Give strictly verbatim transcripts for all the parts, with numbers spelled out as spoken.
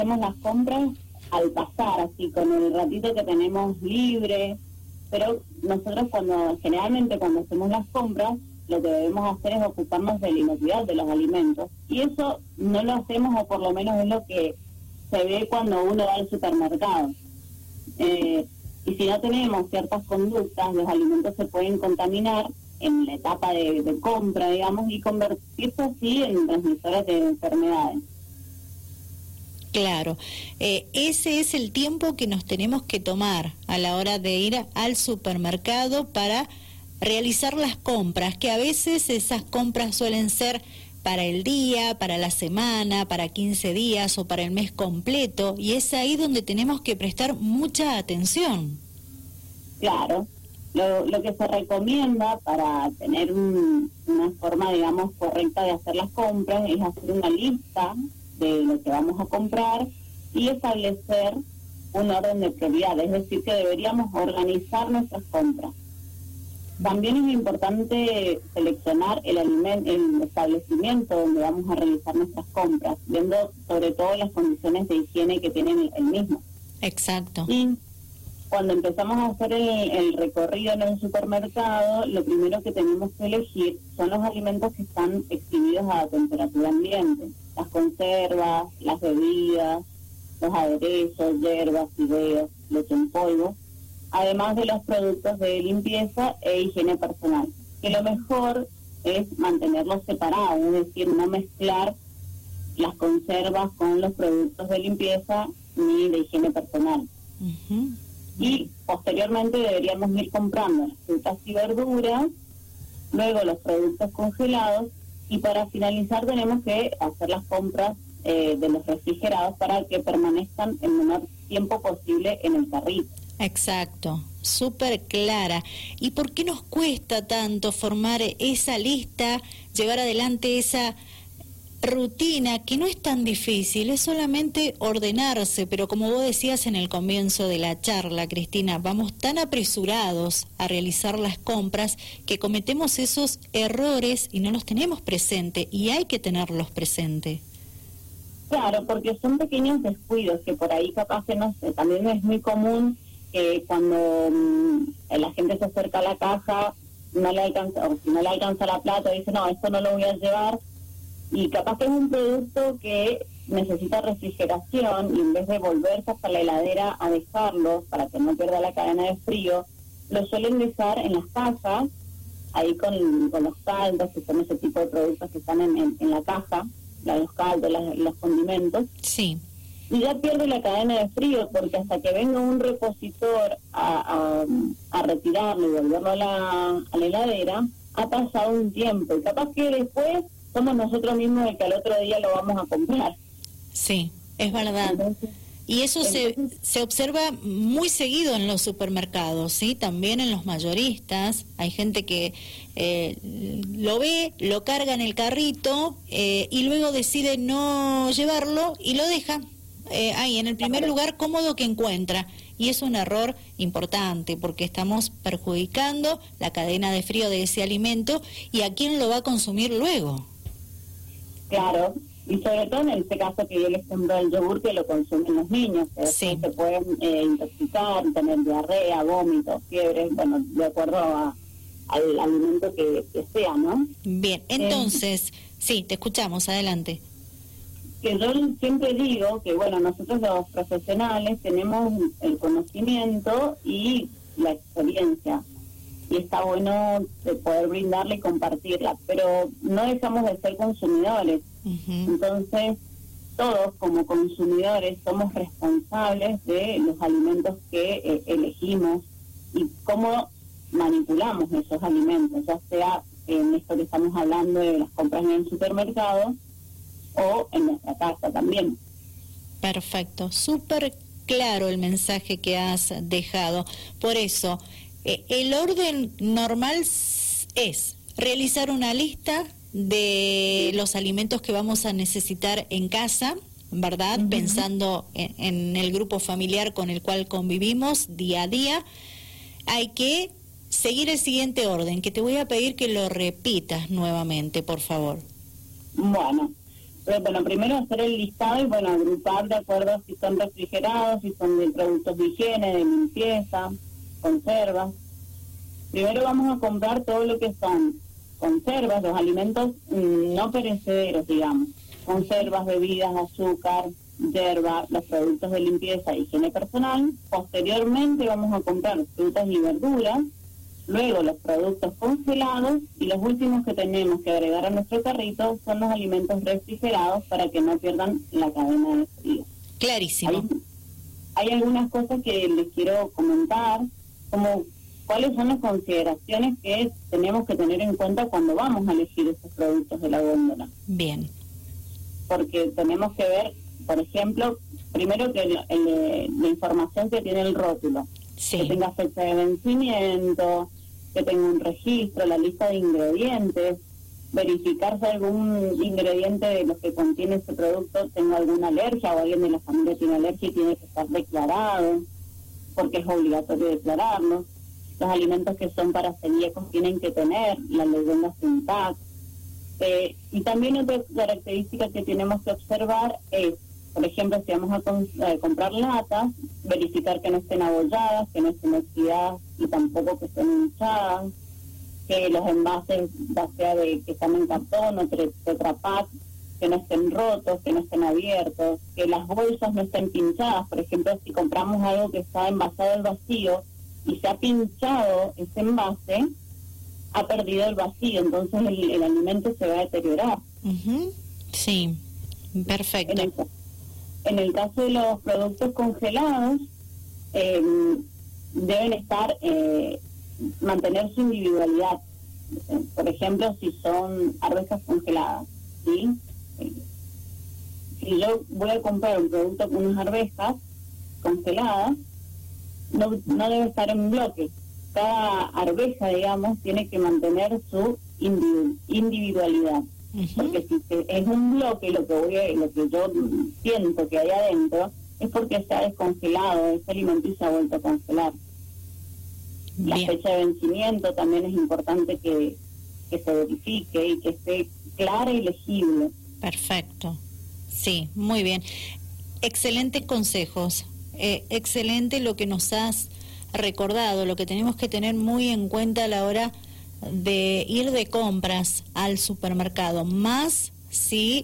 hacemos las compras al pasar, así con el ratito que tenemos libre, pero nosotros cuando generalmente cuando hacemos las compras, lo que debemos hacer es ocuparnos de la inocuidad de los alimentos, y eso no lo hacemos, o por lo menos es lo que se ve cuando uno va al supermercado. Eh, y si no tenemos ciertas conductas, los alimentos se pueden contaminar en la etapa de, de compra, digamos, y convertirse así en transmisores de enfermedades. Claro, eh, ese es el tiempo que nos tenemos que tomar a la hora de ir al supermercado para realizar las compras, que a veces esas compras suelen ser para el día, para la semana, para quince días o para el mes completo, y es ahí donde tenemos que prestar mucha atención. Claro, lo, lo que se recomienda para tener un, una forma, digamos, correcta de hacer las compras es hacer una lista de lo que vamos a comprar y establecer un orden de prioridades, es decir, que deberíamos organizar nuestras compras. También es importante seleccionar el alimento, el establecimiento donde vamos a realizar nuestras compras, viendo sobre todo las condiciones de higiene que tiene el, el mismo. Exacto. Y cuando empezamos a hacer el, el recorrido en el supermercado, lo primero que tenemos que elegir son los alimentos que están exhibidos a temperatura ambiente. Las conservas, las bebidas, los aderezos, hierbas, fideos, leche en polvo, además de los productos de limpieza e higiene personal. Que lo mejor es mantenerlos separados, es decir, no mezclar las conservas con los productos de limpieza ni de higiene personal. Uh-huh. Y posteriormente deberíamos ir comprando las frutas y verduras, luego los productos congelados, y para finalizar tenemos que hacer las compras eh, de los refrigerados para que permanezcan el menor tiempo posible en el carrito. Exacto, súper clara. ¿Y por qué nos cuesta tanto formar esa lista, llevar adelante esa rutina que no es tan difícil, es solamente ordenarse? Pero como vos decías en el comienzo de la charla, Cristina, vamos tan apresurados a realizar las compras que cometemos esos errores y no los tenemos presente, y hay que tenerlos presente. Claro, porque son pequeños descuidos que por ahí capaz que no sé, también es muy común que cuando mmm, la gente se acerca a la caja, no le alcanza, o si no le alcanza la plata, dice, no, esto no lo voy a llevar, y capaz que es un producto que necesita refrigeración, y en vez de volverse hasta la heladera a dejarlo para que no pierda la cadena de frío, lo suelen dejar en las cajas, ahí con, con los caldos, que son ese tipo de productos que están en, en, en la caja, los caldos, los, los condimentos. Sí. Y ya pierde la cadena de frío, porque hasta que venga un repositor a, a, a retirarlo y volverlo a la, a la heladera, ha pasado un tiempo. Y capaz que después somos nosotros mismos el que al otro día lo vamos a comprar. Sí, es verdad. Entonces, y eso entonces, se, se observa muy seguido en los supermercados, ¿sí? También en los mayoristas. Hay gente que eh, lo ve, lo carga en el carrito eh, y luego decide no llevarlo y lo deja eh, ahí en el primer lugar cómodo que encuentra. Y es un error importante porque estamos perjudicando la cadena de frío de ese alimento y a quién lo va a consumir luego. Claro. Y sobre todo en este caso que yo les ejemplo del yogur, que lo consumen los niños, que sí. se pueden eh, intoxicar, tener diarrea, vómitos, fiebre, bueno, de acuerdo a, al alimento que, que sea, ¿no? Bien, entonces, eh, sí, te escuchamos, adelante. Que yo siempre digo que, bueno, nosotros los profesionales tenemos el conocimiento y la experiencia, y está bueno de poder brindarla y compartirla, pero no dejamos de ser consumidores. Uh-huh. Entonces, todos como consumidores somos responsables de los alimentos que eh, elegimos y cómo manipulamos esos alimentos, ya sea en esto que estamos hablando de las compras en el supermercado o en nuestra casa también. Perfecto, súper claro el mensaje que has dejado. Por eso, eh, el orden normal es realizar una lista de los alimentos que vamos a necesitar en casa, ¿verdad? Uh-huh. Pensando en, en el grupo familiar con el cual convivimos día a día. Hay que seguir el siguiente orden, que te voy a pedir que lo repitas nuevamente, por favor. Bueno, Pero, bueno, primero hacer el listado y, bueno, agrupar de acuerdo a si son refrigerados, si son de productos de higiene, de limpieza, conservas. Primero vamos a comprar todo lo que son conservas, los alimentos mmm, no perecederos, digamos. Conservas, bebidas, azúcar, hierba, los productos de limpieza e higiene personal. Posteriormente vamos a comprar frutas y verduras, luego los productos congelados y los últimos que tenemos que agregar a nuestro carrito son los alimentos refrigerados para que no pierdan la cadena de frío. Clarísimo. Hay, hay algunas cosas que les quiero comentar, como cuáles son las consideraciones que tenemos que tener en cuenta cuando vamos a elegir estos productos de la góndola. Bien. Porque tenemos que ver, por ejemplo, primero que el, el, la información que tiene el rótulo, sí. Que tenga fecha de vencimiento, que tenga un registro, la lista de ingredientes, verificar si algún ingrediente de los que contiene ese producto tenga alguna alergia o alguien de la familia tiene alergia y tiene que estar declarado, porque es obligatorio declararlo. Los alimentos que son para celíacos tienen que tener la leyenda sin tag. Eh, y también otra característica que tenemos que observar es, por ejemplo, si vamos a, con, a comprar latas, verificar que no estén abolladas, que no estén oxidadas y tampoco que estén hinchadas, que los envases, ya sea de que están en cartón o Tetra Pak, que no estén rotos, que no estén abiertos, que las bolsas no estén pinchadas. Por ejemplo, si compramos algo que está envasado al vacío y se ha pinchado ese envase, ha perdido el vacío, entonces el, el alimento se va a deteriorar. Uh-huh. Sí, perfecto. En el, en el caso de los productos congelados, eh, deben estar, eh, mantener su individualidad. Por ejemplo, si son arvejas congeladas, ¿sí? Eh, si yo voy a comprar un producto con unas arvejas congeladas, no, no debe estar en bloque. Cada arveja, digamos, tiene que mantener su individu- individualidad. Uh-huh. Porque si se, es un bloque, lo que voy a, lo que yo siento que hay adentro es porque se ha descongelado ese alimento y se ha vuelto a congelar. Bien. La fecha de vencimiento también es importante que, que se verifique y que esté clara y legible. Perfecto. Sí, muy bien. Excelentes consejos. Eh, excelente lo que nos has recordado, lo que tenemos que tener muy en cuenta a la hora de ir de compras al supermercado, más si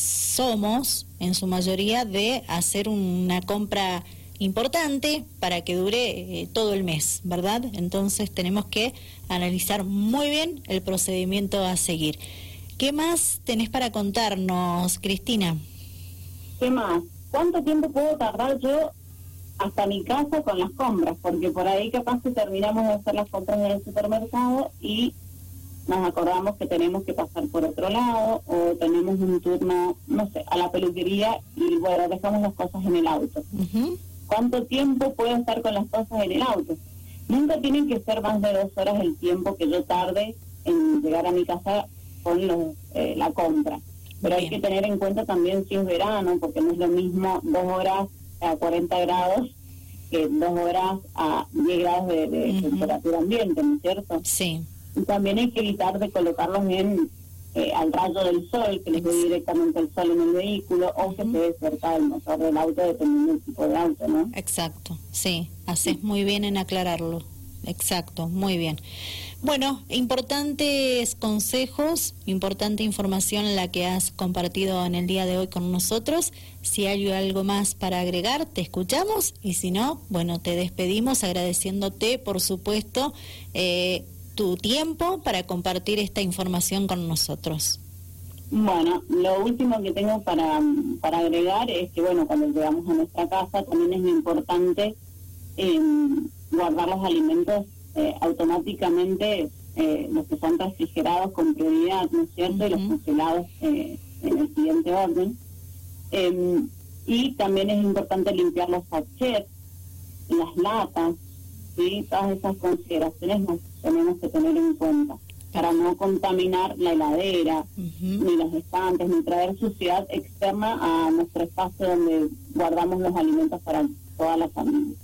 somos en su mayoría de hacer una compra importante para que dure eh, todo el mes, ¿verdad? Entonces tenemos que analizar muy bien el procedimiento a seguir. ¿Qué más tenés para contarnos, Cristina? ¿Qué más? ¿Cuánto tiempo puedo tardar yo hasta mi casa con las compras? Porque por ahí capaz que terminamos de hacer las compras en el supermercado y nos acordamos que tenemos que pasar por otro lado o tenemos un turno, no sé, a la peluquería y bueno, dejamos las cosas en el auto. Uh-huh. ¿Cuánto tiempo puedo estar con las cosas en el auto? Nunca tienen que ser más de dos horas el tiempo que yo tarde en llegar a mi casa con los, eh, la compra. Pero Bien. Hay que tener en cuenta también si es verano, porque no es lo mismo dos horas a cuarenta grados que dos horas a diez grados de, de uh-huh. temperatura ambiente, ¿no es cierto? Sí. Y también hay que evitar de colocarlos en eh, al rayo del sol, que les dé directamente el sol en el vehículo, o uh-huh. que se dé cerca del motor del auto, dependiendo del tipo de auto, ¿no? Exacto, sí, haces muy bien en aclararlo. Exacto, muy bien. Bueno, importantes consejos, importante información la que has compartido en el día de hoy con nosotros. Si hay algo más para agregar, te escuchamos, y si no, bueno, te despedimos agradeciéndote, por supuesto, eh, tu tiempo para compartir esta información con nosotros. Bueno, lo último que tengo para, para agregar es que, bueno, cuando llegamos a nuestra casa también es importante eh, guardar los alimentos eh, automáticamente, eh, los que son refrigerados con prioridad, ¿no es cierto? Uh-huh. Y los congelados eh, en el siguiente orden. Eh, y también es importante limpiar los sachets, las latas, ¿sí? Todas esas consideraciones nos tenemos que tener en cuenta para no contaminar la heladera, uh-huh. ni los estantes, ni traer suciedad externa a nuestro espacio donde guardamos los alimentos para toda la familia.